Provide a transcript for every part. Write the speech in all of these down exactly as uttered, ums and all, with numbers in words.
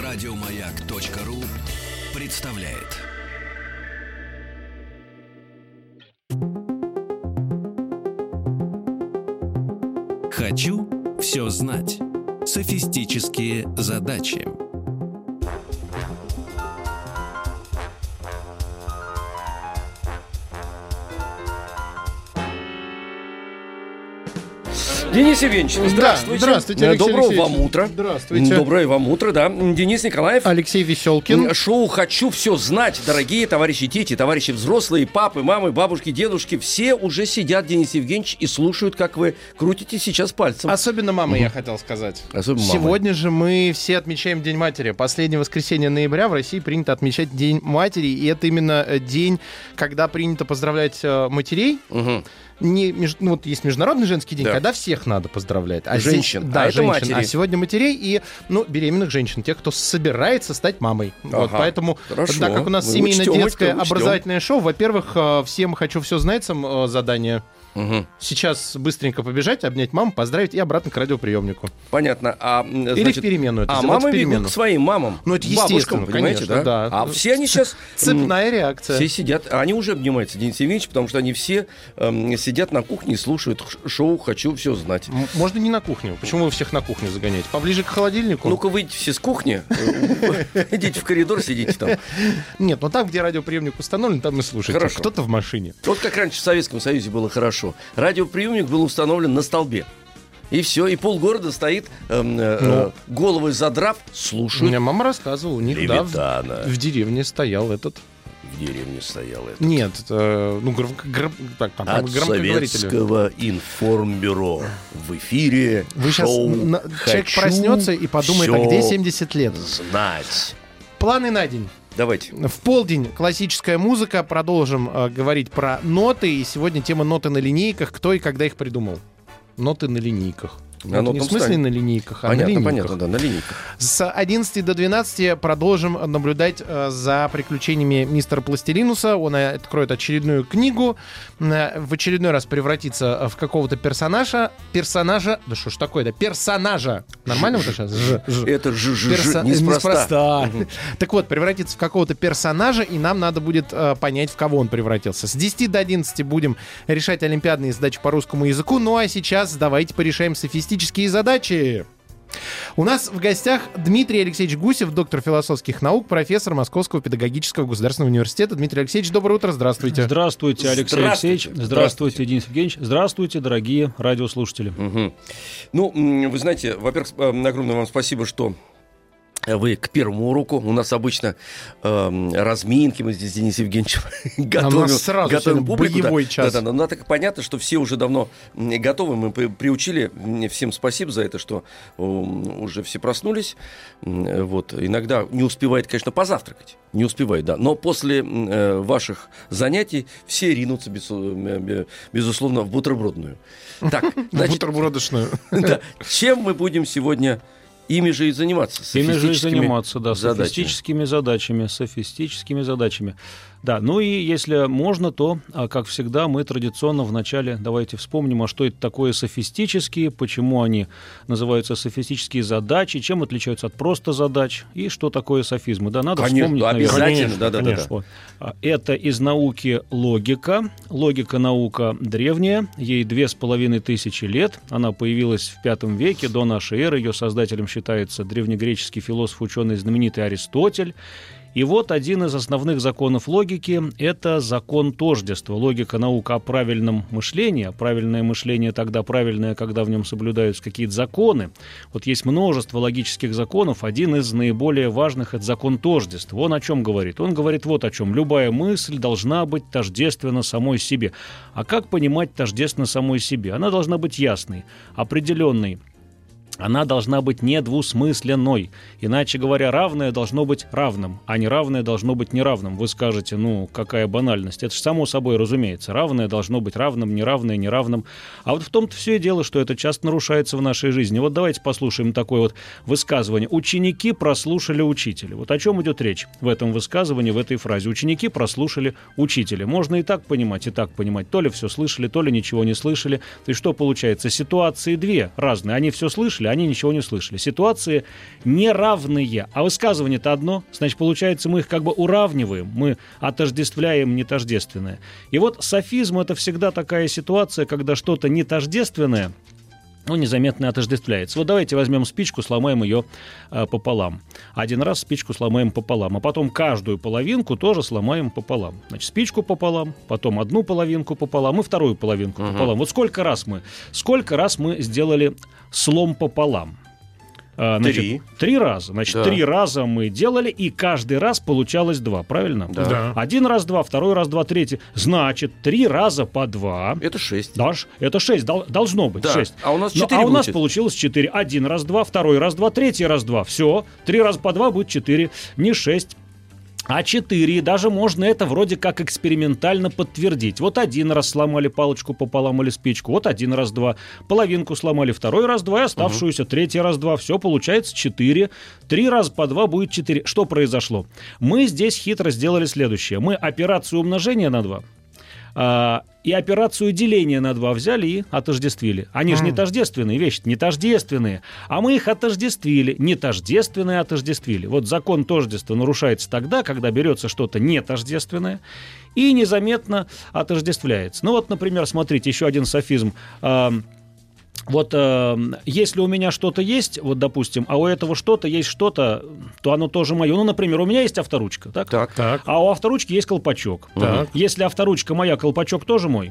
Радиомаяк.ру представляет. Хочу все знать. Софистические задачи. Денис Евгеньевич, здравствуйте. Да, здравствуйте, Алексей Доброго Алексеевич. вам утра. Здравствуйте. Доброе вам утро, да. Денис Николаев. Алексей Веселкин. Шоу «Хочу все знать». Дорогие товарищи дети, товарищи взрослые, папы, мамы, бабушки, дедушки. Все уже сидят, Денис Евгеньевич, и слушают, как вы крутите сейчас пальцем. Особенно мамы, угу. я хотел сказать. Особенно мамы. Сегодня же мы все отмечаем День матери. Последнее воскресенье ноября в России принято отмечать День матери. И это именно день, когда принято поздравлять матерей. Угу. Не, меж, ну, вот есть Международный женский день, да. когда всех надо поздравлять. А женщин. Здесь, да, а женщин. матери. А сегодня матерей и ну, беременных женщин, тех, кто собирается стать мамой. Ага. Вот, поэтому, Хорошо. так как у нас Мы семейно-детское учтем, учтем. образовательное шоу, во-первых, всем «Хочу все знать» задание. Угу. Сейчас быстренько побежать, обнять маму, поздравить и обратно к радиоприемнику. Понятно. А, значит, или в перемену это а сделать. мамы в перемену. бегут к своим мамам. Ну, это естественно, бабушкам, понимаете, конечно, да? да. А все они сейчас... Цепная реакция. Все сидят, они уже обнимаются, Денис Евгеньевич, потому что они все эм, сидят на кухне и слушают шоу «Хочу все знать». М- можно не на кухню. Почему вы всех на кухню загоняете? Поближе к холодильнику? Ну-ка, выйдите все с кухни, идите в коридор, сидите там. Нет, но там, где радиоприемник установлен, там и слушайте. Хорошо. Кто-то в машине. Вот как раньше в Советском Союзе было хорошо. Радиоприемник был установлен на столбе. И все, и полгорода стоит, э, э, Ну. головы задрав, слушают. У меня мама рассказывала, у них да, в, Левитана. в деревне стоял этот... В деревне стоял этот. Нет, это, ну, гром... гром... так, там, От громкоговорители. Советского информбюро в эфире Вы сейчас шоу на... человек «Хочу проснется и подумает, а где семьдесят лет? знать». Планы на день. Давайте. В полдень классическая музыка. Продолжим э, говорить про ноты. И сегодня тема ноты на линейках. Кто и когда их придумал? Ноты на линейках. На Вот не в смысле стане. на линейках, а Понятно, на линейках. понятно, да, на линейках. С одиннадцати до двенадцати продолжим наблюдать э, за приключениями мистера Пластилинуса. Он э, откроет очередную книгу, э, в очередной раз превратится в какого-то персонажа. Персонажа... Да что ж такое, да? Персонажа. Нормально вот это сейчас? Ж, ж. Это же ж, Перса- ж, неспроста. неспроста. Так вот, превратится в какого-то персонажа, и нам надо будет э, понять, в кого он превратился. С десяти до одиннадцати будем решать олимпиадные задачи по русскому языку. Ну а сейчас давайте порешаем софистические задачи. У нас в гостях Дмитрий Алексеевич Гусев, доктор философских наук, профессор Московского педагогического государственного университета. Дмитрий Алексеевич, доброе утро, здравствуйте. Здравствуйте, Алексей Здравствуйте. Алексеевич. Здравствуйте, Здравствуйте, Денис Евгеньевич. Здравствуйте, дорогие радиослушатели. Угу. Ну, м, вы знаете, во-первых, э, огромное вам спасибо, что вы к первому уроку. У нас обычно э, разминки, мы здесь с Денисом Евгеньевичем готовим, у нас сразу готовим публику. боевой да, час. Да, да, но так понятно, что все уже давно м, готовы. Мы при- приучили. Всем спасибо за это, что э, уже все проснулись. М, Вот. Иногда не успевает, конечно, позавтракать. Не успевает, да. Но после э, ваших занятий все ринутся, без, э, безусловно, в бутербродную. Так, значит, Бутербродочную. да, чем мы будем сегодня ими же и заниматься? Ими же и Софистическими заниматься, да, задачами. софистическими задачами, софистическими задачами. Да, ну и если можно, то, а, как всегда, мы традиционно вначале давайте вспомним, а что это такое софистические, почему они называются софистические задачи, чем отличаются от просто задач и что такое софизмы. Да, надо Конечно, вспомнить, обязательно, наверное. да, да, да, да. Вот. А, Это из науки логика. Логика наука древняя, ей две с половиной тысячи лет. Она появилась в пятом веке до нашей эры. Ее создателем считается древнегреческий философ, ученый знаменитый Аристотель. И вот один из основных законов логики – это закон тождества. Логика – наука о правильном мышлении. А правильное мышление тогда правильное, когда в нем соблюдаются какие-то законы. Вот есть множество логических законов. Один из наиболее важных – это закон тождества. Он о чем говорит? Он говорит вот о чем. Любая мысль должна быть тождественна самой себе. А как понимать тождественно самой себе? Она должна быть ясной, определенной. Она должна быть недвусмысленной. Иначе говоря, равное должно быть равным, а неравное должно быть неравным. Вы скажете, ну, какая банальность. Это же само собой разумеется. Равное должно быть равным, неравное неравным. А вот в том-то все и дело, что это часто нарушается в нашей жизни. Вот давайте послушаем такое вот высказывание. Ученики прослушали учителя. Вот о чем идет речь в этом высказывании, в этой фразе. Ученики прослушали учителя. Можно и так понимать, и так понимать. То ли все слышали, то ли ничего не слышали. То есть что получается? Ситуации две разные. Они все слышали, они ничего не слышали. Ситуации неравные. А высказывание-то одно. Значит, получается, мы их как бы уравниваем. Мы отождествляем нетождественное. И вот софизм — это всегда такая ситуация, когда что-то нетождественное, ну, незаметно отождествляется. Вот давайте возьмем спичку, сломаем ее э, пополам. Один раз спичку сломаем пополам, а потом каждую половинку тоже сломаем пополам. Значит, спичку пополам, потом одну половинку пополам и вторую половинку uh-huh. пополам. Вот сколько раз мы, сколько раз мы сделали слом пополам? Значит, три. Три раза. Значит, да. три раза мы делали, и каждый раз получалось два, правильно? Да. Да. Один раз два, второй раз два, третий. Значит, три раза по два. Это шесть. Да, это шесть. Дол- должно быть да. шесть. А у нас четыре. Ну, а будет. у нас получилось четыре. Один раз два, второй раз два, третий раз два. Все. Три раза по два будет четыре. Не шесть. А четыре, даже можно это вроде как экспериментально подтвердить. Вот один раз сломали палочку пополам или спичку, вот один раз два. Половинку сломали, второй раз два, и оставшуюся, угу. третий раз два. Все, получается четыре. Три раза по два будет четыре. Что произошло? Мы здесь хитро сделали следующее. Мы операцию умножения на два а, и операцию деления на два взяли и отождествили. Они же mm. не тождественные вещи, не тождественные. А мы их отождествили. Не тождественные отождествили. Вот закон тождества нарушается тогда, когда берется что-то нетождественное и незаметно отождествляется. Ну вот, например, смотрите, еще один софизм. Вот э, если у меня что-то есть, вот, допустим, а у этого что-то есть что-то, то оно тоже мое. Ну, например, у меня есть авторучка, так? Так, так. А у авторучки есть колпачок. Так. Если авторучка моя, колпачок тоже мой.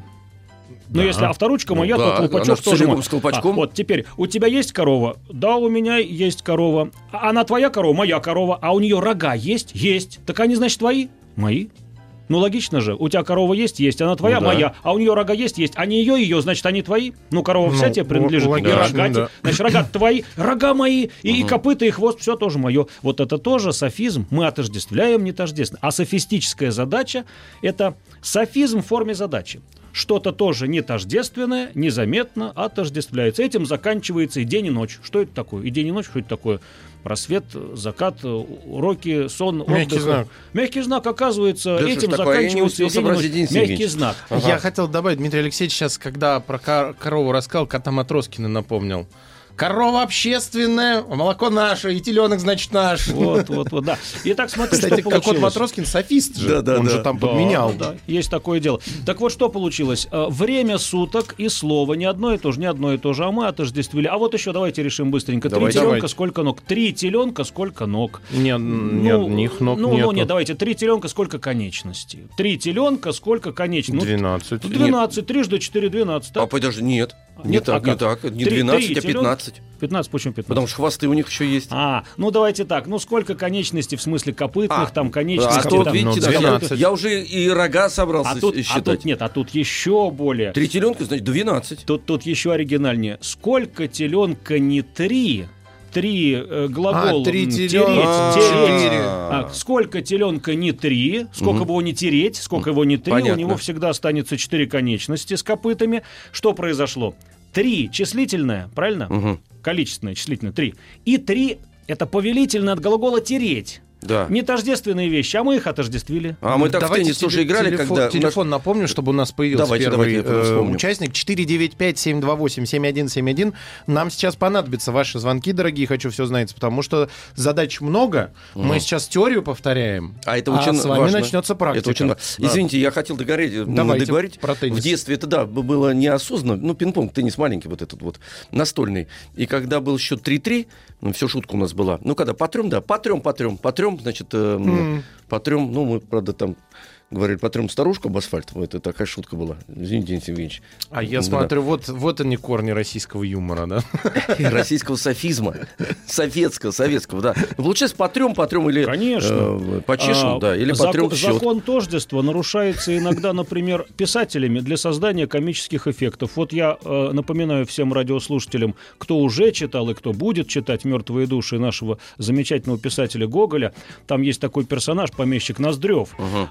Но да. если авторучка моя, ну, то да. колпачок тоже мой. С колпачком. А, вот теперь, у тебя есть корова? Да, у меня есть корова. А она твоя корова? Моя корова. А у нее рога есть? Есть. Так они, значит, твои? Мои. Ну, логично же. У тебя корова есть? Есть. Она твоя? Ну, да. Моя. А у нее рога есть? Есть. А не ее, ее, значит, они твои? Ну, корова вся ну, тебе принадлежит. Логично, и рога, да. Значит, рога твои, рога мои, и, угу. и копыта, и хвост, все тоже мое. Вот это тоже софизм. Мы отождествляем нетождественно. А софистическая задача – это софизм в форме задачи. Что-то тоже нетождественное, незаметно отождествляется. Этим заканчивается и день, и ночь. Что это такое? И день, и ночь, что это такое? Рассвет, закат, уроки, сон, отдых. Мягкий знак. Мягкий знак, оказывается, да этим заканчивается и день, и ночь. День Мягкий знак. Ага. Я хотел добавить, Дмитрий Алексеевич сейчас, когда про кор- корову рассказал, кота Матроскина напомнил. Корова общественная, молоко наше, и теленок, значит, наш. Вот, вот, вот, да. Итак, смотри, кстати, что получилось. Кот Матроскин софист же, да, да, он да. же там да, подменял. Да, есть такое дело. Так вот, что получилось? Время суток и слово не одно и то же, не одно и то же, а мы отождествили. А вот еще давайте решим быстренько. Три теленка, давайте. Сколько ног? Три теленка, сколько ног? Нет, ну, одних ног ну, нету. Ну, нет, давайте. Три теленка, сколько конечностей? Три теленка, сколько конечностей? Двенадцать. Ну, двенадцать. Трижды четыре, двенадцать. А подожди, нет. Не Нет, так, а не так. Не двенадцать, а пятнадцать. пятнадцать, почему пятнадцать? Потому что хвосты у них еще есть. А, ну давайте так. Ну сколько конечностей, в смысле копытных, а, там конечностей? А тут, там, видите, ну, двенадцать. Я уже и рога собрался а тут, считать. А тут нет, а тут еще более. Три теленка, значит, двенадцать. Тут, тут еще оригинальнее. Сколько теленка не три? Три э, глагола. А, три тереть, теленка. тереть. А, сколько теленка не три, сколько бы его не тереть, сколько его не три, Понятно. У него всегда останется четыре конечности с копытами. Что произошло? Три числительное, правильно? Угу. Количественное, числительное, три. И три это повелительное от глагола тереть. Да. Не тождественные вещи, а мы их отождествили. А мы так в теннис тоже играли, телефон, когда... Телефон напомню, чтобы у нас появился давайте, первый давайте, э, участник. четыре девять пять семь два восемь семь один семь один. Нам сейчас понадобятся ваши звонки, дорогие, хочу все знать, потому что задач много. Угу. Мы сейчас теорию повторяем, а, это очень а с вами важно. начнется практика. Это очень... да. Извините, я хотел договорить, договорить. Про теннис. В детстве это, да, было неосознанно. Ну, пинг-понг, теннис маленький, вот этот вот, настольный. И когда был счет три-три, ну, все, шутка у нас была. Ну, когда по трем, да, по трем, по трем, по трем, значит, э, mm. по трем, ну, мы, правда, там говорили, по трем старушку об асфальт. Вот это такая шутка была. Извините, Денис Евгеньевич. А я да. смотрю, вот, вот они корни российского юмора, да? Российского софизма. Советского, советского, да. Получается, по трем, по трем или Конечно. по чешем, да, или по трем в счет. Закон тождества нарушается иногда, например, писателями для создания комических эффектов. Вот я э, напоминаю всем радиослушателям, кто уже читал и кто будет читать «Мертвые души» нашего замечательного писателя Гоголя. Там есть такой персонаж, помещик Ноздрев. Угу. Гоголь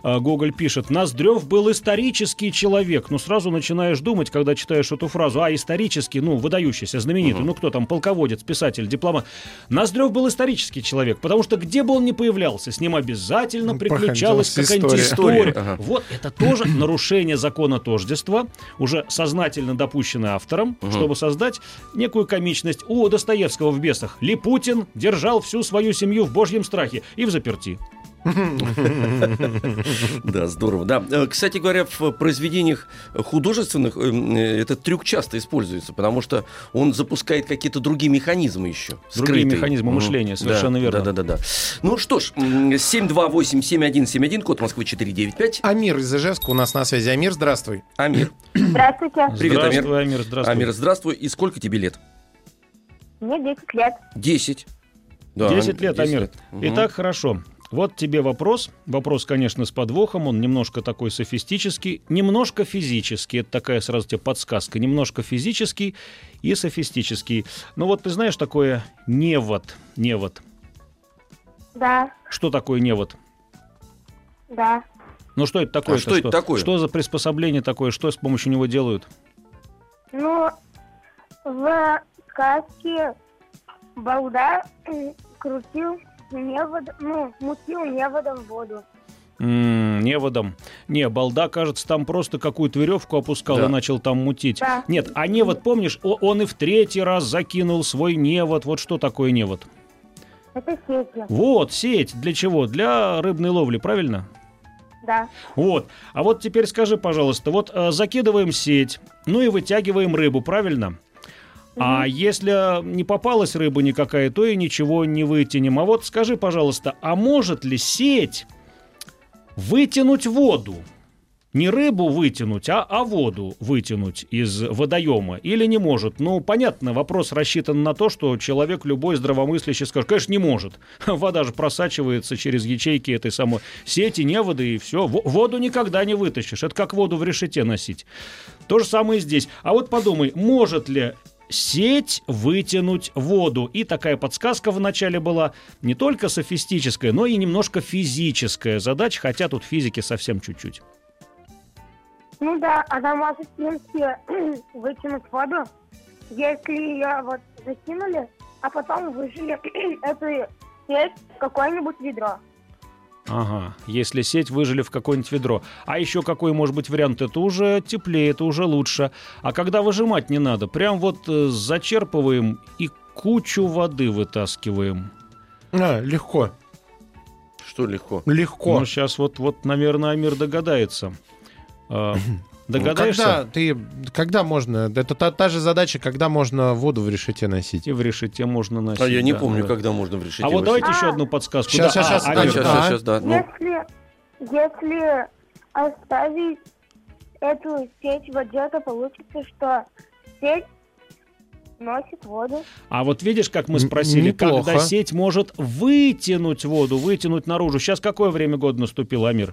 Гоголь пишет: Ноздрев был исторический человек. Ну, сразу начинаешь думать, когда читаешь эту фразу, а, исторический, ну, выдающийся, знаменитый, угу. ну, кто там, полководец, писатель, дипломат. Ноздрев был исторический человек, потому что где бы он ни появлялся, с ним обязательно ну, приключалась какая-нибудь история. история. Ага. Вот это тоже нарушение закона тождества, уже сознательно допущенное автором, угу. чтобы создать некую комичность. У Достоевского в «Бесах» Липутин держал всю свою семью в божьем страхе и в заперти. Да, здорово. Да. Кстати говоря, в произведениях художественных этот трюк часто используется, потому что он запускает какие-то другие механизмы еще. Другие скрытые. механизмы мышления, совершенно да, верно. Да, да, да, да. Ну что ж, семь два восемь семь один семь один, код Москвы четыре девять пять. Амир из Ижевска у нас на связи. Амир, здравствуй. Амир. Здравствуйте. Привет, Амир. Здравствуй, Амир, здравствуй. Амир, здравствуй. И сколько тебе лет? Мне десять лет. Десять. Да, десять лет, Амир. Лет. Итак, хорошо. Вот тебе вопрос. Вопрос, конечно, с подвохом. Он немножко такой софистический, немножко физический. Это такая сразу тебе подсказка. Немножко физический и софистический. Ну вот ты знаешь такое невод? Невод. Да. Что такое невод? Да. Ну что это такое? А что это такое? Что за приспособление такое? Что с помощью него делают? Ну, в сказке балда крутил невод, ну, мутил неводом воду. М-м, неводом. Не, балда, кажется, там просто какую-то веревку опускал да. и начал там мутить. Да. Нет, а невод, помнишь, о, он и в третий раз закинул свой невод. Вот что такое невод? Это сети. Вот, сеть. Для чего? Для рыбной ловли, правильно? Да. Вот. А вот теперь скажи, пожалуйста, вот э, закидываем сеть, ну и вытягиваем рыбу, правильно? А если не попалась рыба никакая, то и ничего не вытянем. А вот скажи, пожалуйста, а может ли сеть вытянуть воду? Не рыбу вытянуть, а, а воду вытянуть из водоема? Или не может? Ну, понятно, вопрос рассчитан на то, что человек любой здравомыслящий скажет, конечно, не может. Вода же просачивается через ячейки этой самой сети, неводы, и все. Воду никогда не вытащишь. Это как воду в решете носить. То же самое и здесь. А вот подумай, может ли сеть вытянуть воду? И такая подсказка в начале была не только софистическая, но и немножко физическая задача, хотя тут физики совсем чуть-чуть. Ну да, она может, в принципе, вытянуть воду, если ее вот закинули, а потом выжили эту сеть в какое-нибудь ведро. Ага, если сеть выжили в какое-нибудь ведро. А еще какой может быть вариант? Это уже теплее, это уже лучше. А когда выжимать не надо, прям вот э, зачерпываем и кучу воды вытаскиваем. А, легко. Что легко? Легко. Ну, сейчас вот, вот наверное, Амир догадается. А, догадаешься? Когда, ты, когда можно? Это та, та же задача, когда можно воду в решете носить. И в решете можно носить. А я не да, помню, да. когда можно в решете А вот носить. давайте еще одну подсказку. Сейчас, да, сейчас, а, сейчас, Амир, сейчас, да. сейчас, да. Ну. Если, если оставить эту сеть в воде, то получится, что сеть носит воду. А вот видишь, как мы спросили, неплохо. Когда сеть может вытянуть воду, вытянуть наружу. Сейчас какое время года наступило, Амир?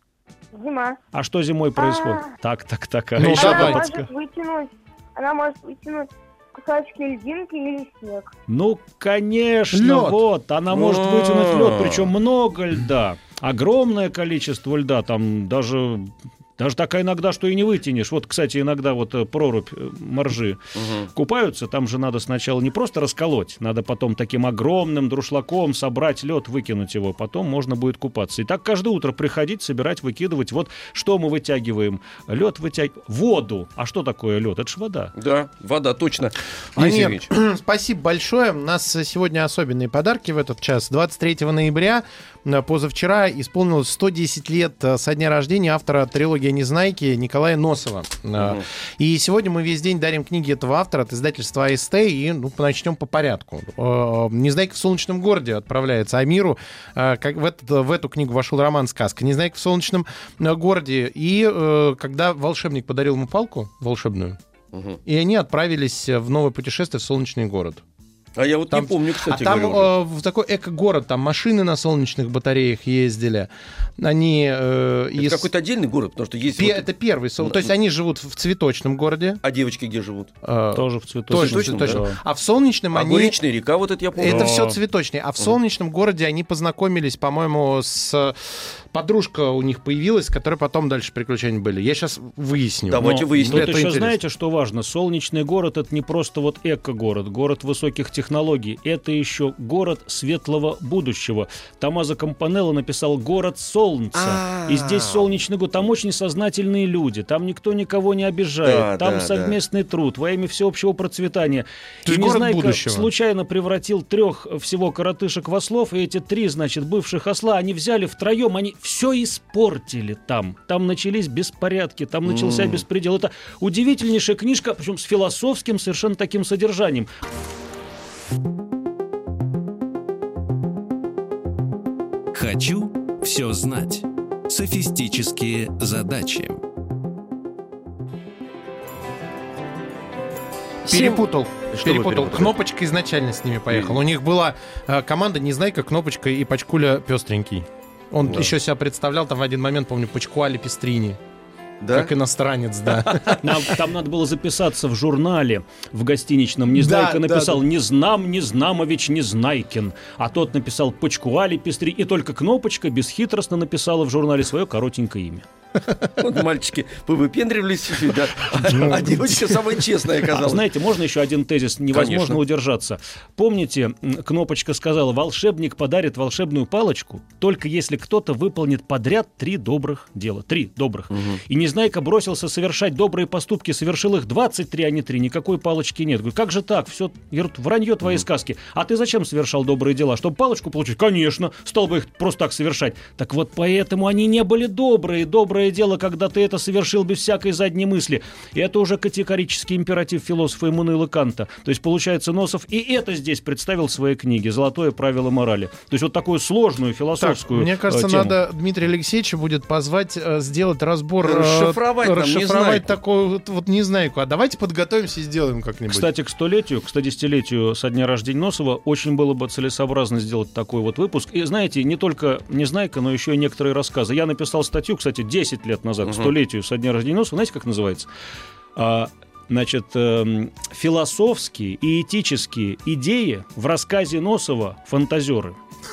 Зима. А что зимой происходит? А. Так, так, так. А Ну, еще давай. одна Она подсказка. может вытянуть, она может вытянуть кусочки льдинки или снег. Ну, конечно, Лёд. вот, она может А. вытянуть лед, причем много льда, огромное количество льда, там даже, даже такая иногда, что и не вытянешь. Вот, кстати, иногда вот э, прорубь э, моржи Угу. купаются, там же надо сначала не просто расколоть, надо потом таким огромным друшлаком собрать лед, выкинуть его, потом можно будет купаться. И так каждое утро приходить, собирать, выкидывать. Вот что мы вытягиваем? Лед вытягиваем. Воду. А что такое лед? Это ж вода. Да, вода, точно. Денис Амир, Евгеньевич. спасибо большое. У нас сегодня особенные подарки в этот час. двадцать третьего ноября, э, позавчера, исполнилось сто десять лет э, со дня рождения автора трилогии «Незнайки» Николая Носова. Э, Мгм. И сегодня мы весь день дарим книги этого автора от издательства АСТ. И ну, начнем по порядку. Э, «Незнайка в солнечном городе» отправляется Амиру. Э, Как в, этот- в эту книгу вошел роман «Сказка». «Незнайка в солнечном э, городе». И э, когда волшебник подарил ему палку волшебную, Мгм. и они отправились в новое путешествие в солнечный город. А я вот Там- не помню, кстати а там говоря, уже. э, в такой эко-город, там машины на солнечных батареях ездили. Они... э, Это из- какой-то отдельный город, потому что есть... Пе- вот- Это первый. сол- Ну, То есть ну. они живут в цветочном городе. А девочки где живут? э, Тоже в Тоже цветочном. в точно, цветочном. да. А в солнечном они... Огуречная река, вот это я помню. Это Да. все цветочные. А в солнечном городе они познакомились, по-моему, с подружка у них появилась, которая потом дальше приключения были. Я сейчас выясню. Давайте но выясним. Тут это еще интересно. знаете, что важно? Солнечный город — это не просто вот эко-город, город высоких технологий. Это еще город светлого будущего. Томмазо Кампанелло написал «Город солнца». А-а-а. И здесь солнечный город. Там очень сознательные люди. Там никто никого не обижает. Да, там да, совместный труд во имя всеобщего процветания. То И есть город Незнайка будущего. случайно превратил трех всего коротышек в ослов, и эти три, значит, бывших осла, они взяли втроем, они все испортили там. Там начались беспорядки, там начался М. беспредел. Это удивительнейшая книжка, причем с философским совершенно таким содержанием. «Хочу все знать». Софистические задачи. Перепутал. Что вы Перепутал. перепутали? Кнопочка изначально с ними поехала. У них была э, команда «Незнайка», «Кнопочка» и «Пачкуля пестренький». Он Да. еще себя представлял там в один момент, помню, Пачкуали Пестрини. Да? Как иностранец, да. Нам- там надо было записаться в журнале, в гостиничном. Незнайка Да, да, написал да. «Незнам, Незнамович, Незнайкин». А тот написал «Пачкуали Пестри». И только Кнопочка бесхитростно написала в журнале свое коротенькое имя. Вот мальчики повыпендривались чуть-чуть, да. Ну, А, а девочка самая честная А, оказалась. знаете, можно еще один тезис? Невозможно Конечно. удержаться. Помните, м, Кнопочка сказала, волшебник подарит волшебную палочку, только если кто-то выполнит подряд три добрых дела. Три добрых. И Незнайка бросился совершать добрые поступки, совершил их двадцать три, а не три. Никакой палочки нет. Говорю, как же так? Все вранье твои сказки. А ты зачем совершал добрые дела? Чтобы палочку получить? Конечно. Стал бы их просто так совершать. Так вот, поэтому они не были добрые. Доброе дело, когда ты это совершил без всякой задней мысли. И это уже категорический императив философа Иммануила Канта. То есть, получается, Носов и это здесь представил в своей книге «Золотое правило морали». То есть, вот такую сложную Так, философскую мне кажется, э, тему. надо Дмитрия Алексеевича будет позвать э, сделать разбор, э, Расшифровать нам расшифровать Незнайку. такую вот, вот Незнайку. А давайте подготовимся и сделаем как-нибудь. Кстати, к столетию, к стодесятилетию со дня рождения Носова очень было бы целесообразно сделать такой вот выпуск. И знаете, не только Незнайка, но еще и некоторые рассказы. Я написал статью, кстати, десять лет назад, к столетию со дня рождения Носова. Знаете, как называется? А, значит, эм, философские и этические идеи в рассказе Носова «Фантазеры».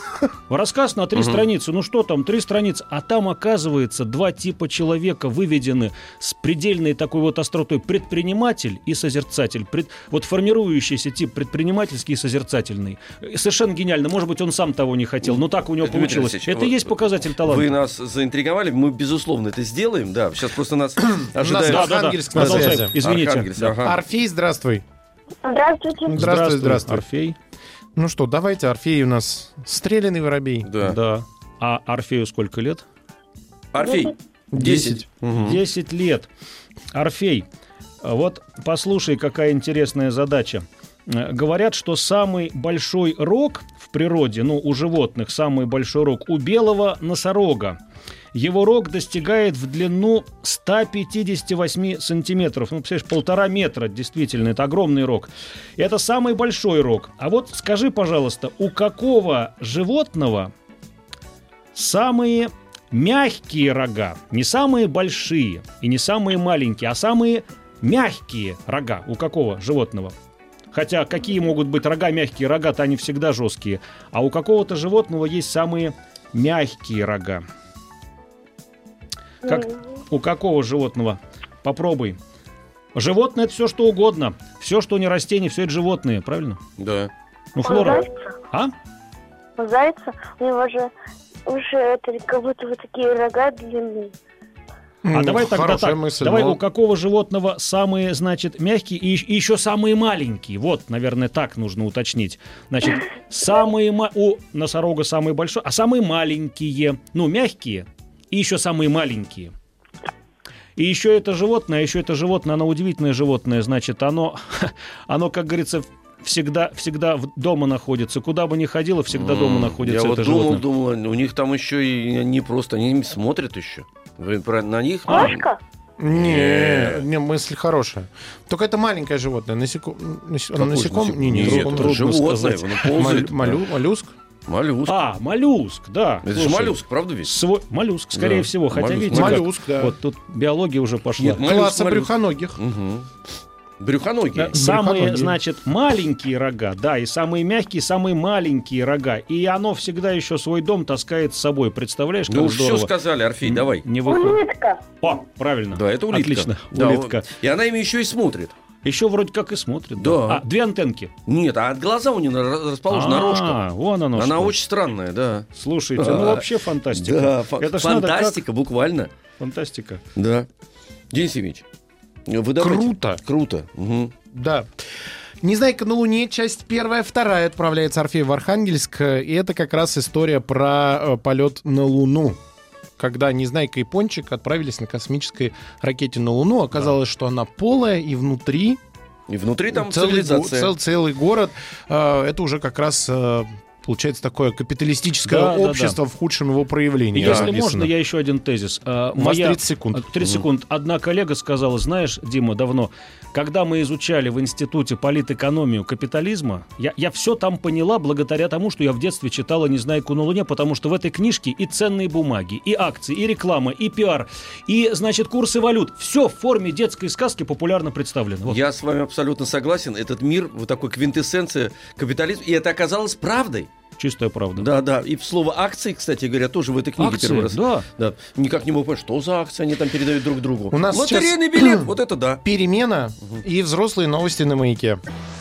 Рассказ на три страницы. Ну что там, три страницы. А там, оказывается, два типа человека выведены с предельной такой вот остротой. Предприниматель и созерцатель. Пред... Вот формирующийся тип предпринимательский и созерцательный. Совершенно гениально. Может быть, он сам того не хотел, но так у него Дмитрий получилось. Алексеевич, Это вот и есть показатель таланта. Вы нас заинтриговали, мы, безусловно, это сделаем. Да, сейчас просто нас У нас ожидает... Да, да, да. Архангельск на Продолжаем. связи. Извините. Архангельск, Да. ага. Орфей, здравствуй. Здравствуйте. Здравствуй, здравствуй. Орфей. Ну что, давайте, Орфей у нас стреляный воробей. Да. Да. А Орфею сколько лет? Орфей. Десять. Мгм. Десять лет. Орфей, вот послушай, какая интересная задача. Э, Говорят, что самый большой рог в природе, ну, у животных, самый большой рог у белого носорога. Его рог достигает в длину сто пятьдесят восемь сантиметров. Ну, представляешь, полтора метра, действительно, это огромный рог. Это самый большой рог. А вот скажи, пожалуйста, у какого животного самые мягкие рога? Не самые большие и не самые маленькие, а самые мягкие рога. У какого животного? Хотя какие могут быть рога мягкие? Рога-то они всегда жесткие. А у какого-то животного есть самые мягкие рога. Как, у какого животного? Попробуй. Животное — это все, что угодно. Все, что не растения, все это животные, правильно? Да. Ну, У Флора. зайца? А? У зайца у него же уже это как будто вот такие рога длинные. А М, давай тогда хорошая так. мысль, Давай но- у какого животного самые, значит, мягкие и, и еще самые маленькие? Вот, наверное, так нужно уточнить. Значит, самые ма- у носорога самые большие, а самые маленькие, ну, мягкие, и еще самые маленькие. И еще это животное, еще это животное, оно удивительное животное, значит, оно, оно, как говорится, всегда, всегда в- дома находится. Куда бы ни ходило, всегда дома М, находится Я это вот думал, животное. думал, у них там еще и не просто, они смотрят еще. Вы про- на них? А. Кошка? Не, не, мысль хорошая. Только это маленькое животное. Насеко... нас- Какое Насеком? насекомое? Не, не, Нет, насекомое. это животное, сказать. оно ползает. Малю- малю- Моллюск? Моллюск. А, моллюск, да. Это же Слушай, моллюск, правда ведь? Свой, моллюск, скорее Да, всего. Хотя, моллюск. видите, как- Моллюск, да. вот тут биология уже пошла. Нет, моллюск, Класса моллюск. брюхоногих. Мгм. Брюхоногие. Да, самые, Брюхоногие. значит, маленькие рога, да, и самые мягкие, самые маленькие рога. И оно всегда еще свой дом таскает с собой. Представляешь, как Ну уж здорово. все сказали, Орфей, давай. Не выходит. Улитка. О, правильно. Да, это улитка. Отлично, Да, улитка. он- И она ими еще и смотрит. Еще вроде как и смотрит. Да. А, две антенки. Нет, а глаза у нее ра- расположены на рожках. А, вон оно Она что. очень странная, да. Слушайте, ну Да. вообще фантастика. Да, фа- Это ж надо как- фантастика, буквально. Фантастика. Да. Денис Евгеньевич, вы давайте. Круто. Круто. Мгм. Да. «Незнайка на Луне», часть первая, вторая отправляется Орфей в Архангельск. И это как раз история про э, полет на Луну. Когда Незнайка и Пончик отправились на космической ракете на Луну. Оказалось, что она полая, и внутри И внутри там целый, го- цивилизация. цел- целый город. Э, Это уже как раз... э, Получается такое капиталистическое Да, да, общество в худшем его проявлении. И если написано. можно, я еще один тезис. А, У вас тридцать секунд. тридцать секунд. Одна коллега сказала, знаешь, Дима, давно, когда мы изучали в институте политэкономию капитализма, я, я все там поняла благодаря тому, что я в детстве читала «Незнайку на Луне», потому что в этой книжке и ценные бумаги, и акции, и реклама, и пиар, и, значит, курсы валют. Все в форме детской сказки популярно представлено. Вот. Я с вами абсолютно согласен. Этот мир, вот такой квинтэссенция капитализма. И это оказалось правдой. Чистая правда. Да, да. И слово акции, кстати говоря, тоже в этой книге Акции, первый раз. да. Да. Никак не мог понять, что за акции они там передают друг другу. У нас Лотерейный сейчас- билет, вот это да. Перемена и взрослые новости на «Маяке».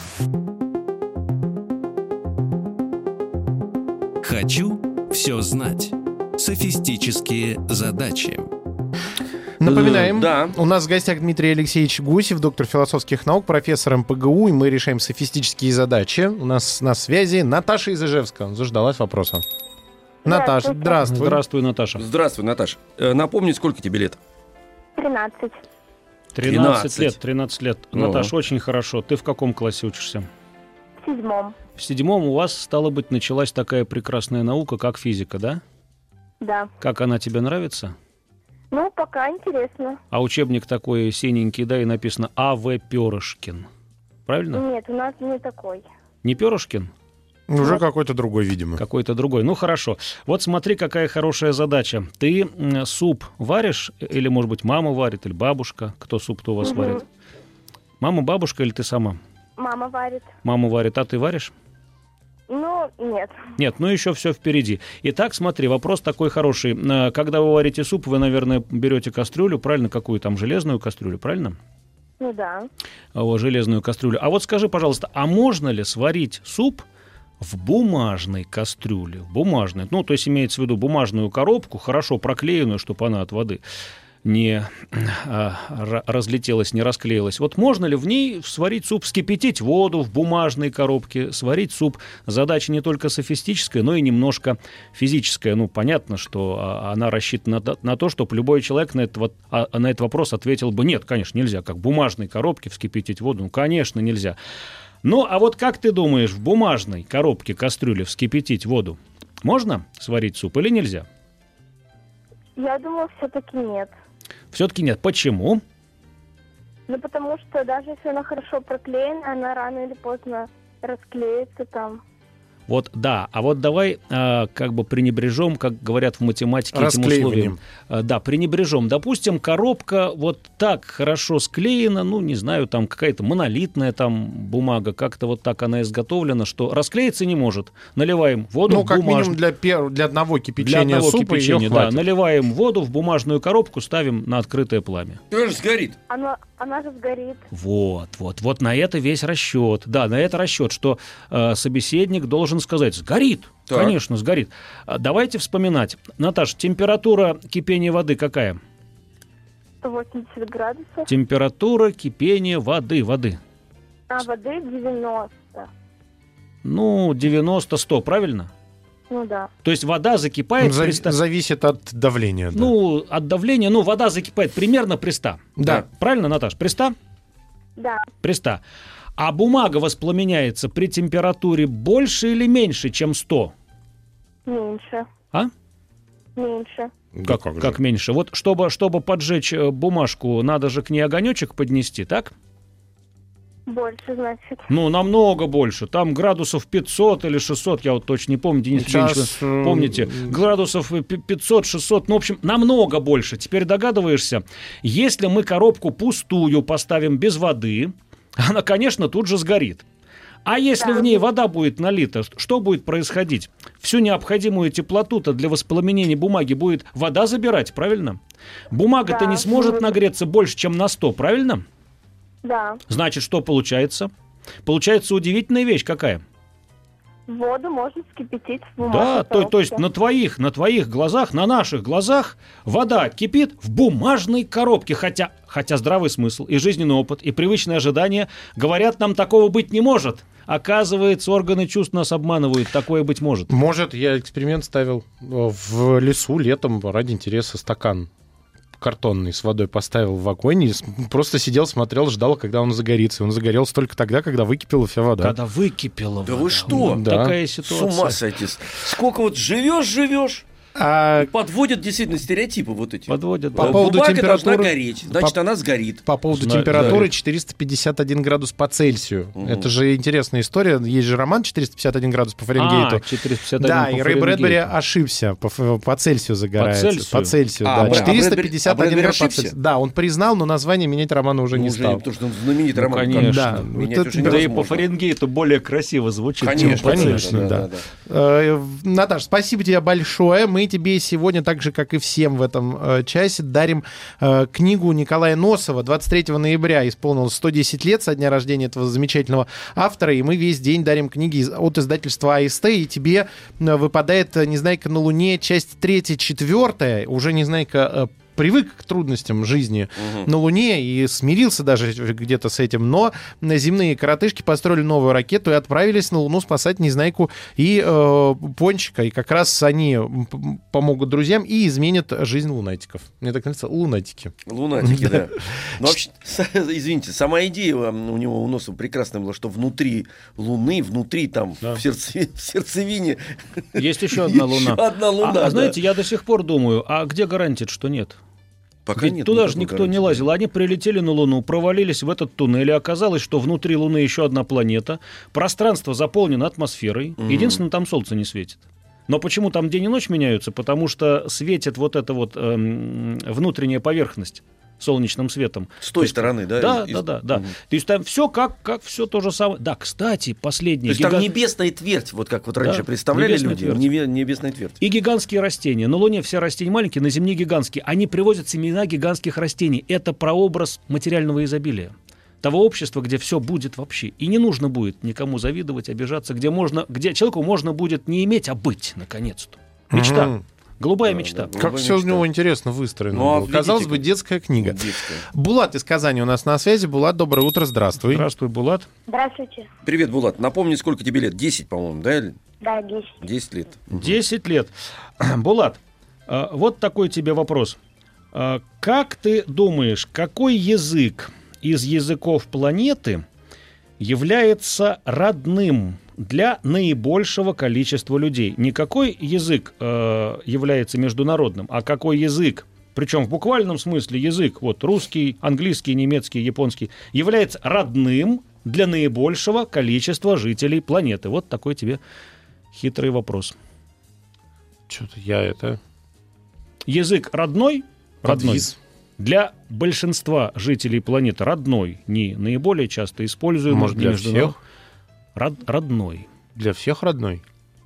«Хочу все знать». Софистические задачи. Напоминаем, Э, да. у нас в гостях Дмитрий Алексеевич Гусев, доктор философских наук, профессор эм пэ гэ у, и мы решаем софистические задачи. У нас на связи Наташа из Ижевска. Заждалась вопроса. Наташа, здравствуй. Здравствуй, Наташа. Здравствуй, Наташа. Э, Напомни, сколько тебе лет? Тринадцать. тринадцать лет, тринадцать лет. О. Наташа, очень хорошо. Ты в каком классе учишься? В седьмом. В седьмом у вас, стало быть, началась такая прекрасная наука, как физика, да? Да. Как она тебе нравится? Ну, пока интересно. А учебник такой синенький, да, и написано А В Перышкин. Правильно? Нет, у нас не такой. Не Перышкин? Уже какой-то другой, видимо. Какой-то другой. Ну, хорошо. Вот смотри, какая хорошая задача. Ты м, суп варишь, или, может быть, мама варит, или бабушка? Кто суп-то у вас Мгм. варит? Мама, бабушка или ты сама? Мама варит. Мама варит, а ты варишь? Ну, нет. Нет, ну еще все впереди. Итак, смотри, вопрос такой хороший. А, Когда вы варите суп, вы, наверное, берете кастрюлю, правильно? Какую там, железную кастрюлю, правильно? Ну да. О, железную кастрюлю. А вот скажи, пожалуйста, а можно ли сварить суп в бумажной кастрюле? В бумажной. Ну, то есть имеется в виду бумажную коробку, хорошо проклеенную, чтобы она от воды не а, ра- разлетелась, не расклеилась. Вот можно ли в ней сварить суп, вскипятить воду в бумажной коробке, сварить суп? Задача не только софистическая, но и немножко физическая. Ну, понятно, что а, она рассчитана на, на то, чтобы любой человек на этот, вот, а, на этот вопрос ответил бы: нет, конечно, нельзя. Как в бумажной коробке вскипятить воду? Ну, конечно, нельзя. Ну, а вот как ты думаешь, в бумажной коробке, кастрюле вскипятить воду можно сварить суп или нельзя? Я думаю, все-таки нет. Все-таки нет. Почему? Ну, потому что даже если она хорошо проклеена, она рано или поздно расклеится там. Вот да, а вот давай а, как бы пренебрежем, как говорят в математике, этим Расклеиванием. условием. А, да, пренебрежем. Допустим, коробка вот так хорошо склеена, ну, не знаю, там какая-то монолитная там бумага, как-то вот так она изготовлена, что расклеиться не может. Наливаем воду Ну, в как бумажную. минимум для, пер... для одного Для кипячения одного супа кипячения, её да. хватит. Наливаем воду в бумажную коробку, ставим на открытое пламя. Это же сгорит. Она, она же сгорит. Вот, вот, вот на это весь расчет. Да, на это расчет, что э, собеседник должен сказать: сгорит. Так. Конечно, сгорит. А, давайте вспоминать. Наташ, температура кипения воды какая? сто восемьдесят градусов. Температура кипения воды, воды. А воды девяносто. Ну, девяносто-сто, правильно? Ну да. То есть вода закипает За- при ста- Зависит от давления. да. Ну, от давления, ну, вода закипает примерно при ста. Да. Правильно, Наташ? При ста? Да. При ста. А бумага воспламеняется при температуре больше или меньше, чем сто? Меньше. А? Меньше. Да Как, же. как меньше? Вот чтобы, чтобы поджечь э, бумажку, надо же к ней огонечек поднести, так? Больше, значит. Ну, намного больше. Там градусов пятьсот или шестьсот, я вот точно не помню, Денис Сейчас, Евгеньевич, вы э, помните? Градусов пятьсот-шестьсот, ну, в общем, намного больше. Теперь догадываешься, если мы коробку пустую поставим без воды, она, конечно, тут же сгорит. А если Да. в ней вода будет налита, что будет происходить? Всю необходимую теплоту-то для воспламенения бумаги будет вода забирать, правильно? Бумага-то Да, не сможет будет. нагреться больше, чем на сто, правильно? Да. Значит, что получается? Получается удивительная вещь какая? Воду можно вскипятить в Да, бумажной то, то есть коробке. на твоих, на твоих глазах, на наших глазах вода кипит в бумажной коробке, хотя, хотя здравый смысл и жизненный опыт, и привычные ожидания говорят, нам такого быть не может. Оказывается, органы чувств нас обманывают, такое быть может. Может, я эксперимент ставил э, в лесу летом ради интереса стакан картонный с водой поставил в огонь и с- просто сидел, смотрел, ждал, когда он загорится. И он загорелся только тогда, когда выкипела вся вода. Когда выкипела Да вода. вы что? Вот Да. такая С ситуация. ума сойти. Сколько вот живешь, живешь, А подводят действительно стереотипы вот эти. Подводят. По да. поводу Бумага должна температуры- гореть, значит, по- она сгорит. по поводу Знаю, температуры да. четыреста пятьдесят один градус по Цельсию. Мгм. Это же интересная история. Есть же роман четыреста пятьдесят один градус по Фаренгейту. А, четыреста пятьдесят один Да, по и Рэй Брэдбери Фаренгейту. ошибся. По, ф- по Цельсию загорается. Цельсию? По Цельсию, А, да. Брэд- а четыреста Брэдбери- пятьдесят один а Брэдбери градус по ошибся? Цельсию. Да, он признал, но название менять романа уже Ну, не уже стал. потому что он знаменитый Ну, роман. конечно. Да, Менять вот уже это- Да и по невозможно. Фаренгейту более красиво звучит, Конечно, чем по конечно, Цельсию. да. Э, Наташ, спасибо тебе большое. Мы тебе сегодня, так же, как и всем в этом э, часе, дарим э, книгу Николая Носова. двадцать третьего ноября исполнилось сто десять лет со дня рождения этого замечательного автора, и мы весь день дарим книги из- от издательства АСТ, и тебе э, выпадает э, «Незнайка на Луне», часть третья, четвертая, уже «Незнайка» э, привык к трудностям жизни Мгм. на Луне и смирился даже где-то с этим, но земные коротышки построили новую ракету и отправились на Луну спасать Незнайку и э, Пончика, и как раз они п- помогут друзьям и изменят жизнь лунатиков. Мне так нравится, лунатики. Лунатики, да. Ну, вообще, с- извините, сама идея м, у него, у Носова прекрасная была, что внутри Луны, внутри там, Да. в, сердце- в сердцевине Есть еще одна луна. еще одна луна. А, да. а знаете, я до сих пор думаю, а где гарантия, что нет? Пока Ведь нет туда же никакой никто гарантии. не лазил. Они прилетели на Луну, провалились в этот туннель, и оказалось, что внутри Луны еще одна планета. Пространство заполнено атмосферой. Мгм. Единственное, там Солнце не светит. Но почему там день и ночь меняются? Потому что светит вот эта вот эм, внутренняя поверхность солнечным светом. С То той есть- стороны, да? Да, из- да, да, да. Мгм. То есть там все как, как все то же самое. Да, кстати, То последнее. есть там гига- небесная твердь, вот как вот раньше Да, представляли небесная люди. твердь. Неве- Небесная твердь. И гигантские растения. На Луне все растения маленькие, на Земле гигантские. Они привозят семена гигантских растений. Это прообраз материального изобилия. Того общества, где все будет вообще. И не нужно будет никому завидовать, обижаться, где, можно, где человеку можно будет не иметь, а быть, наконец-то. Мечта. Мгм. Голубая Да, мечта. да. Как Голубая все у мечта. него интересно выстроено Ну, а было. Казалось видите, бы, как- детская книга. Детская. Булат из Казани у нас на связи. Булат, доброе утро, здравствуй. Здравствуй, Булат. Здравствуйте. Привет, Булат. Напомни, сколько тебе лет? десять, по-моему, да? или Да, десять. десять лет. Десять лет. Булат, а, вот такой тебе вопрос. А, Как ты думаешь, какой язык из языков планеты является родным для наибольшего количества людей? Не какой язык э, является международным, а какой язык, причем в буквальном смысле язык, вот русский, английский, немецкий, японский, является родным для наибольшего количества жителей планеты? Вот такой тебе хитрый вопрос. Что-то я это... Язык родной, родной Подвис. для большинства жителей планеты, родной, не наиболее часто используемый, Может, не для международный. всех? Род- родной. Для всех родной.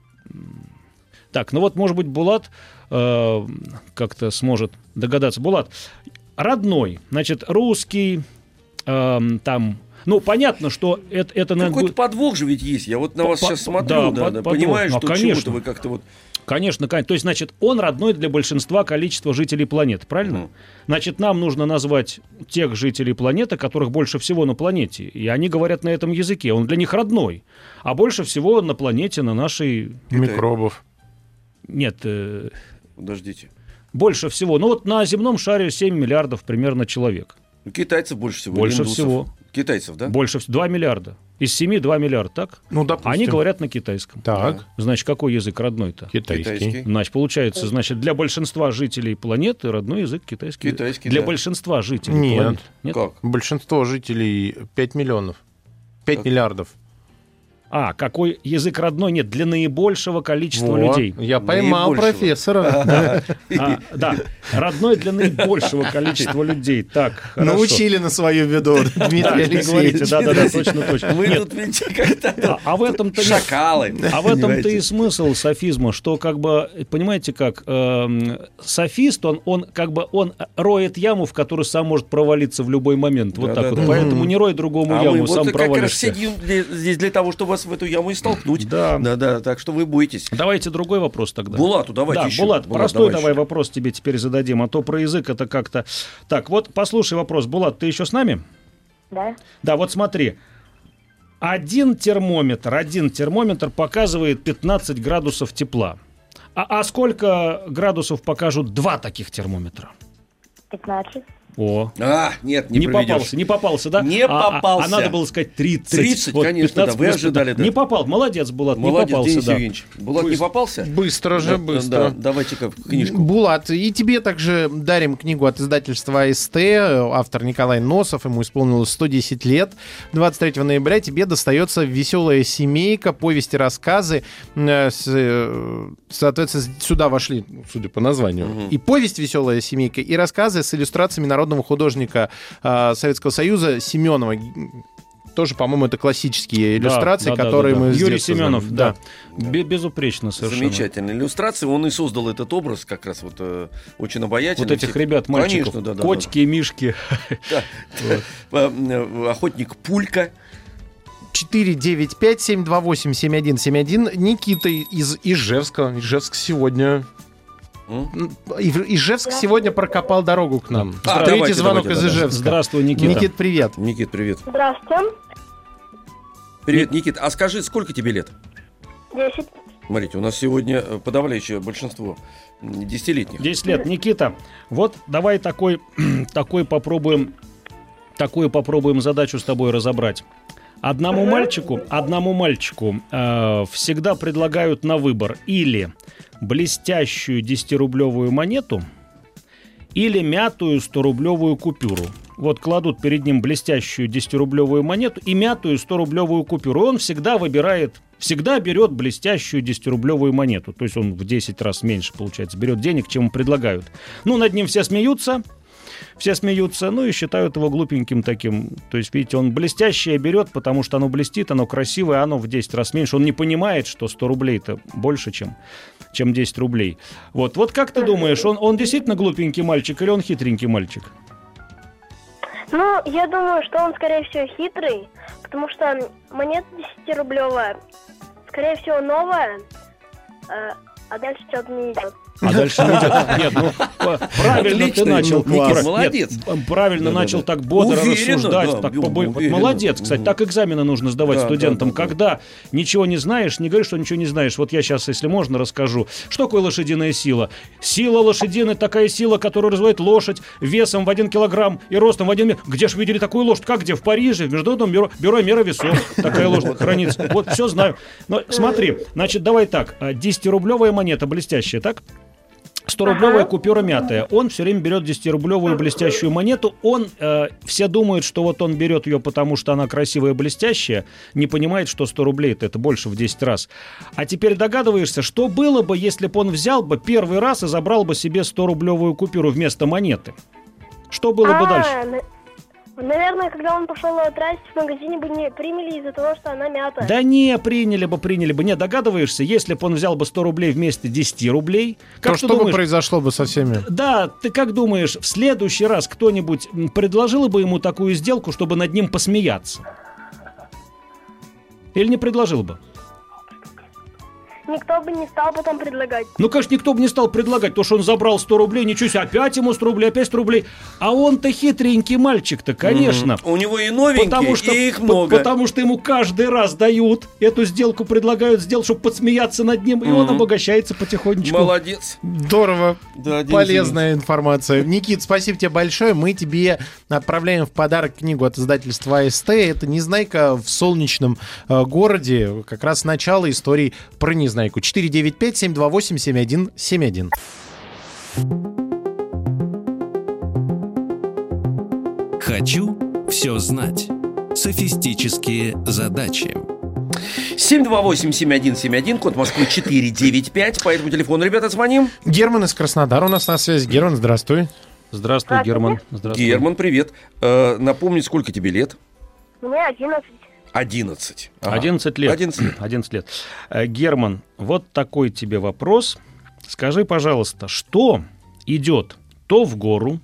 Так, ну вот, может быть, Булат э, как-то сможет догадаться. Булат, родной, значит, русский, э, там, ну, понятно, что это, это наверное, Какой-то будет- подвох же ведь есть. Я вот на По- вас по- сейчас смотрю, да, да, под- да, подвох. понимаю, Ну, что конечно. чему-то вы как-то вот... Конечно, конечно. То есть, значит, он родной для большинства количества жителей планеты, правильно? Мгм. Значит, нам нужно назвать тех жителей планеты, которых больше всего на планете. И они говорят на этом языке. Он для них родной. А больше всего на планете, на нашей... Микробов. Нет, э, Подождите. больше всего. Ну вот на земном шаре семь миллиардов примерно человек. Ну, китайцев больше всего. Больше индусов. всего. Китайцев, да? Больше всего. два миллиарда. Из семи два миллиарда, так? Ну, допустим. Они говорят на китайском. Так, Значит, какой язык родной-то? китайский. Китайский. Значит, получается, значит, для большинства жителей планеты родной язык китайский. Китайский, Для да. большинства жителей Нет. планеты. Нет? Как? Большинство жителей пять миллионов. пять Так. миллиардов. А, какой язык родной? Нет, для наибольшего количества Во, людей. Я поймал Наибольшего. профессора. А, да, родной для наибольшего количества людей. Так, хорошо. Научили на свою беду, Дмитрий Так, не говорите, Алексеевич. да-да-да, точно, точно. Мы Нет, тут, видите, как-то а, а в этом-то нет. шакалы. А в этом-то понимаете? и смысл софизма, что как бы, понимаете как, эм, софист, он, он как бы, он роет яму, в которую сам может провалиться в любой момент. Вот Да, так да, вот. да. Поэтому не рой другому А яму, мы сам вот как раз провалишься. сидим для- здесь для того, чтобы вас в эту яму и столкнуть. Да. Да-да, так что вы боитесь. Давайте другой вопрос тогда. Булату давайте Да, еще. Булат, Булат, простой давай давай еще. вопрос тебе теперь зададим, а то про язык это как-то... Так, вот послушай вопрос. Булат, ты еще с нами? Да. Да, вот смотри. Один термометр, один термометр показывает пятнадцать градусов тепла. А, а сколько градусов покажут два таких термометра? пятнадцать. О, А, нет, не, не, проведешь. попался, не попался, да? Не А- а- попался. А, надо было сказать тридцать. тридцать, конечно, да, вы плюс ожидали, пятнадцать. да. Не попал, молодец, Булат, Молодец, не попался, Денис да. Евгеньевич. Булат не попался? Быстро же, Да, быстро. да, давайте-ка книжку. Булат, и тебе также дарим книгу от издательства АСТ, автор Николай Носов, ему исполнилось сто десять лет. двадцать третьего ноября тебе достается «Веселая семейка», повести, рассказы. Э, с, э, Соответственно, сюда вошли, судя по названию, и повесть «Веселая семейка», и рассказы с иллюстрациями народного художника э, Советского Союза Семенова. Тоже, по-моему, это классические Да, иллюстрации, да, да, которые да, да. мы с Юрий детства Семенов, знаем. да. Бе- Безупречно совершенно. Замечательная иллюстрация. Он и создал этот образ, как раз вот э, очень обаятельный. Вот этих Все- ребят, мальчиков, Конечно, да, да, котики и мишки. да. Да. Э, Охотник Пулька. четыре девять пять семь два восемь семь один семь один. Никита из Ижевска. Ижевск сегодня... М? Ив- Ижевск сегодня прокопал дорогу к нам. А, Третий давайте, звонок давайте, из да, да. Ижевска. Здравствуй, Никита. Никит, привет. Никит, привет. Здравствуйте. Привет, Никит. А скажи, сколько тебе лет? Десять. Смотрите, у нас сегодня э, подавляющее большинство м, десятилетних. десять лет. Никита, вот давай такой, такой попробуем, такую попробуем задачу с тобой разобрать. Одному мальчику, одному мальчику э, всегда предлагают на выбор или блестящую десятирублевую монету, или мятую сторублевую купюру. Вот кладут перед ним блестящую десятирублевую монету и мятую сторублевую купюру. И он всегда выбирает, всегда берет блестящую десятирублевую монету. То есть он в десять раз меньше, получается, берет денег, чем ему предлагают. Ну, над ним все смеются. Все смеются, ну и считают его глупеньким таким. То есть, видите, он блестящее берет, потому что оно блестит, оно красивое, оно в десять раз меньше. Он не понимает, что сто рублей-то больше, чем, чем десять рублей. Вот, вот как ты думаешь, он, он действительно глупенький мальчик или он хитренький мальчик? Ну, я думаю, что он, скорее всего, хитрый, потому что монета десятирублевая, скорее всего, новая, э, а дальше что-то не идет. А дальше не идет. Нет, ну, п- правильно Отлично, ты начал. ну, класс. Нет, Молодец. правильно Да-да-да. начал так бодро Уверенно, рассуждать. да, так бю- побо- вот уверенно. молодец, кстати, Мгм. так экзамены нужно сдавать Да, студентам. да, да, да. Когда ничего не знаешь, не говори, что ничего не знаешь. Вот я сейчас, если можно, расскажу. Что такое лошадиная сила? Сила лошадиной — такая сила, которая развивает лошадь весом в один килограмм и ростом в один метр. Где же видели такую лошадь? Как где? В Париже, в Международном бюро, бюро меры весов. Такая лошадь хранится. Вот, все знаю. Но смотри, значит, давай так. а, десятирублевая монета блестящая, так? сто-рублевая купюра мятая. Он все время берет десятирублевую блестящую монету. Он, э, все думают, что вот он берет ее, потому что она красивая и блестящая. Не понимает, что сто рублей это, это больше в десять раз. А теперь догадываешься, что было бы, если бы он взял бы первый раз и забрал бы себе сто-рублевую купюру вместо монеты? Что было бы А, дальше? на- Наверное, когда он пошел ее тратить, в магазине бы не приняли из-за того, что она мятая. Да не, приняли бы, приняли бы. Не, догадываешься, если бы он взял бы сто рублей вместо десяти рублей, как То ты что бы думаешь? произошло бы со всеми? Да, ты как думаешь, в следующий раз кто-нибудь м, предложил бы ему такую сделку, чтобы над ним посмеяться? Или не предложил бы? Никто бы не стал потом предлагать. Ну, конечно, никто бы не стал предлагать, потому что он забрал сто рублей, ничего себе, опять ему сто рублей, опять сто рублей. А он-то хитренький мальчик-то, конечно. У него и новенькие, Потому что, и их по- много. потому что ему каждый раз дают эту сделку, предлагают сделать, чтобы подсмеяться над ним, и он Мгм. обогащается потихонечку. Молодец. Здорово. Да, Денис Полезная информация. Никит, спасибо тебе большое. Мы тебе отправляем в подарок книгу от издательства АСТ. Это «Незнайка в солнечном э, городе». Как раз начало истории про Незнайку. четыре девять пять семь два восемь семь один семь один. «Хочу все знать». Софистические задачи. семь два восемь семь один семь один, код Москвы четыре девять пять. По этому телефону, ребята, звоним. Герман из Краснодара у нас на связи. Герман, здравствуй. Здравствуй, Герман. Здравствуй. Герман, привет. Э, напомни, сколько тебе лет? Мне одиннадцать. Одиннадцать. Ага. одиннадцать лет. одиннадцать лет. одиннадцать лет. Э, Герман, вот такой тебе вопрос. Скажи, пожалуйста, что идет то в гору,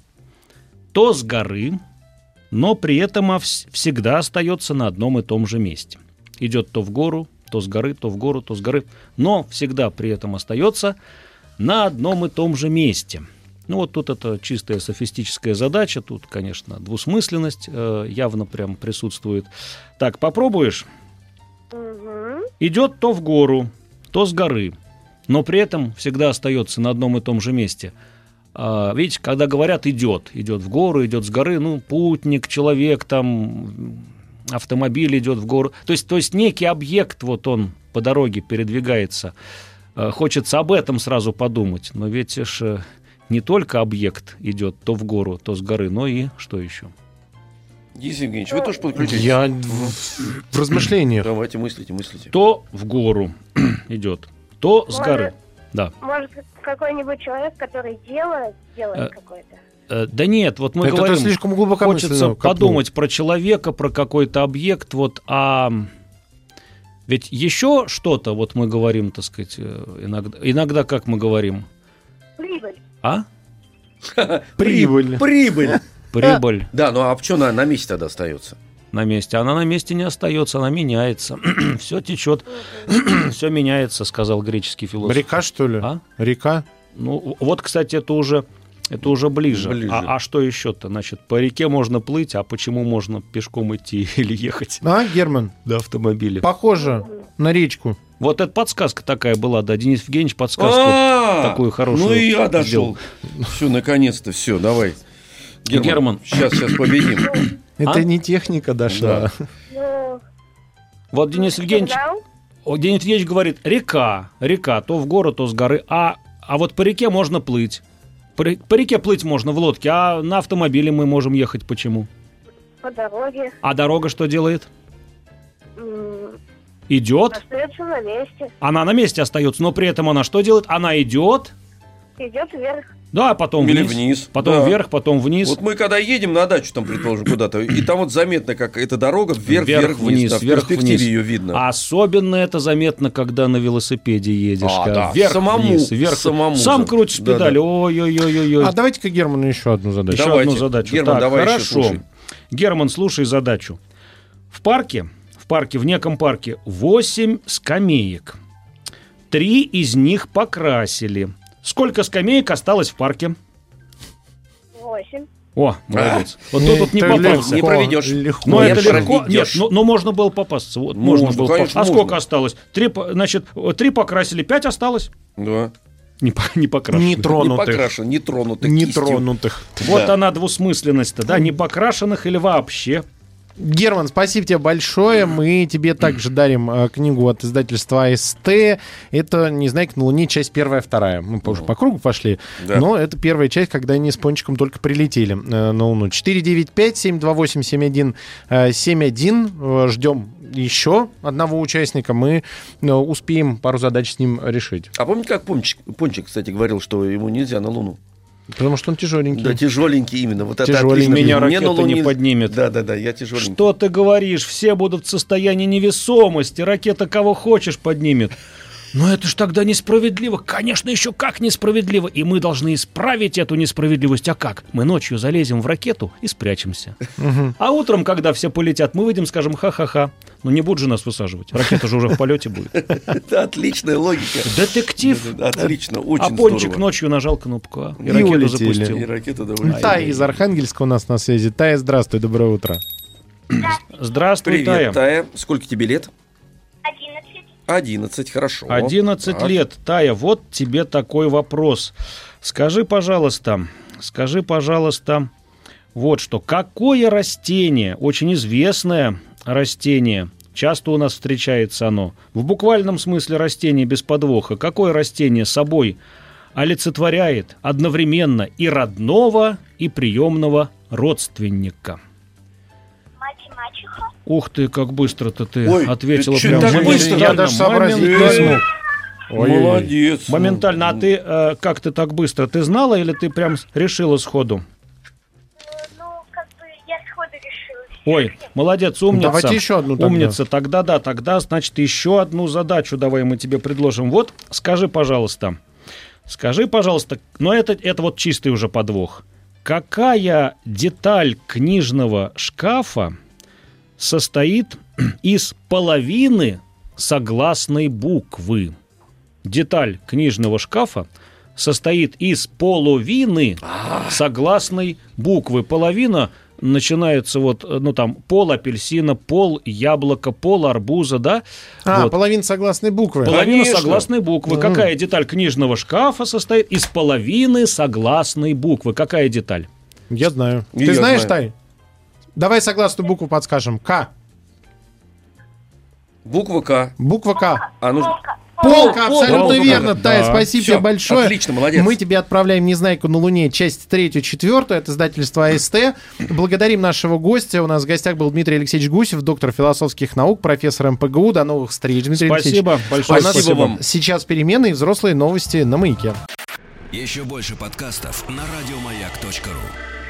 то с горы, но при этом вс- всегда остается на одном и том же месте. Идет то в гору, то с горы, то в гору, то с горы, но всегда при этом остается на одном и том же месте. Ну вот тут это чистая софистическая задача, тут, конечно, двусмысленность э, явно прям присутствует. Так, попробуешь? Угу. Идет то в гору, то с горы, но при этом всегда остается на одном и том же месте. А, видите, когда говорят «идет», идет в гору, идет с горы, ну, путник, человек, там, автомобиль идет в гору. То есть, то есть некий объект, вот он по дороге передвигается. А, хочется об этом сразу подумать, но ведь ж не только объект идет то в гору, то с горы, но и что еще? Денис Евгеньевич, вы тоже подключитесь? Я в, в размышлениях. Давайте мыслите, мыслите. То в гору идет, то с горы. Да. Может, какой-нибудь человек, который делает, делает Э, какой-то. Э, Да нет, вот мы Это говорим, ты слишком глубокомысленно хочется копнул. подумать про человека, про какой-то объект, вот, а ведь еще что-то, вот мы говорим, так сказать, э, иногда, иногда как мы говорим, Прибыль. а? Прибыль. Прибыль. Прибыль Да, ну а что на, на месте тогда остается? на месте. Она на месте не остается, она меняется. Все течет, все меняется, сказал греческий философ. Река, что ли? А? Река? Ну, вот, кстати, это уже, это уже ближе. Ближе. А, а что еще-то? Значит, по реке можно плыть, а почему можно пешком идти или ехать А, Герман? на автомобиле? Похоже на речку. Вот эта подсказка такая была, да, Денис Евгеньевич подсказку А, такую хорошую Ну и я сделал. дошел. Все, наконец-то, все, давай. Герман. Сейчас, сейчас победим. Это А? не техника дошла. Ну, Вот Денис Евгеньевич, сигнал. о, Денис Евгеньевич говорит, река, река, то в гору, то с горы, а, а вот по реке можно плыть. По, ре- по реке плыть можно в лодке, а на автомобиле мы можем ехать почему? По дороге. А дорога что делает? М, Идет, Остается на месте. она на месте остается, но при этом она что делает? Она идет, Идет вверх. да, потом Или вниз, вниз, потом да. вверх, потом вниз. Вот мы когда едем на дачу, там, предположим, куда-то, и там вот заметно, как эта дорога вверх, Вверх, вверх, вниз. вниз, Да, в вверх, перспективе вниз. ее видно. Особенно это заметно, когда на велосипеде едешь. А, когда да, вверх, самому, вниз, вверх, самому сам за- крутишь да, педали. да. Ой-ой-ой-ой-ой. А давайте-ка Герману еще одну задачу. Еще Давайте. одну задачу. Герман, так, давай еще хорошо. слушай. Герман, слушай задачу. В парке, в парке, в неком парке восемь скамеек. Три из них покрасили. Сколько скамеек осталось в парке? Восемь. О, молодец. Вот тут вот не Это попался. Не проведешь. Легко. Но Не это легко. Нет, проведешь. но, но можно было попасться. Вот, Можно, можно было конечно, попасться. А можно. сколько осталось? Три, по- значит, три покрасили, пять осталось. Да. Не, по- не покрашено. Не Не тронутых. покрашен, не тронутых Не кистью. тронутых. Вот Да. она двусмысленность-то, да, не покрашенных или вообще. Герман, спасибо тебе большое. Мы тебе также дарим э, книгу от издательства АСТ. Это «Незнайка на Луне», часть первая, вторая. Мы уже по кругу пошли. Да. Но это первая часть, когда они с Пончиком только прилетели э, на Луну. четыре девять пять семь два восемь семь один семь один. Э, ждем еще одного участника. Мы э, успеем пару задач с ним решить. А помните, как Пончик, Пончик, кстати, говорил, что ему нельзя на Луну? Потому что он тяжеленький. Да, тяжеленький именно. Вот это Тяжеленький. отлично. Меня Мне ракета на Луне- не поднимет. Да, да, да, я тяжеленький. Что ты говоришь? Все будут в состоянии невесомости. Ракета кого хочешь поднимет. Но это ж тогда несправедливо. Конечно, еще как несправедливо. И мы должны исправить эту несправедливость. А как? Мы ночью залезем в ракету и спрячемся. А утром, когда все полетят, мы выйдем, скажем ха-ха-ха. Ну не будут же нас высаживать. Ракета же уже в полете будет. Это отличная логика. Детектив. Да, да, отлично, очень А Пончик здорово. ночью нажал кнопку А. И, И ракету улетели. запустил. И ракета довольно. Тая из Архангельска у нас на связи. Тая, здравствуй, доброе утро. Здравствуй, Привет, Тая. Тая. Сколько тебе лет? Одиннадцать. Одиннадцать, хорошо. одиннадцать Так. лет. Тая, вот тебе такой вопрос. Скажи, пожалуйста, скажи, пожалуйста, вот что. Какое растение, очень известное растение, часто у нас встречается оно, в буквальном смысле растение без подвоха, какое растение собой олицетворяет одновременно и родного, и приемного родственника? Мать мачеха. Ух ты, как быстро-то ты Ой, ответила. ты чё, Прям так моментально, быстро? Я даже сообразить не моментально. смог. Ой-ой-ой. Молодец. Моментально. А ты э, как ты так быстро? Ты знала или ты прям решила сходу? Ну, как бы я сходу решила. Ой, молодец, умница. Давайте еще одну тогда. Умница, тогда да, тогда, значит, еще одну задачу давай мы тебе предложим. Вот, скажи, пожалуйста, скажи, пожалуйста, но это, это вот чистый уже подвох. Какая деталь книжного шкафа состоит из половины согласной буквы? Деталь книжного шкафа состоит из половины согласной буквы. Половина начинается вот, ну там, пол апельсина, пол яблока, пол арбуза, да? А, Вот. половина согласной буквы. Половина Конечно. согласной буквы. Какая деталь книжного шкафа состоит из половины согласной буквы? Какая деталь? Я знаю. И Ты я знаешь, знаю. Тай? Давай согласную букву подскажем. К. Буква К. Буква К. А ну, Полка, Пол- абсолютно полка, верно, да. Тай, спасибо Всё, тебе большое. отлично, молодец. Мы тебе отправляем «Незнайку на Луне», часть третью, четвертую, это издательство АСТ. Благодарим нашего гостя. У нас в гостях был Дмитрий Алексеевич Гусев, доктор философских наук, профессор эм пэ гэ у. До новых встреч, Дмитрий Спасибо, Алексеевич. большое А у нас спасибо вам. Сейчас перемены и взрослые новости на Маяке. Еще больше подкастов на радиомаяк точка ру.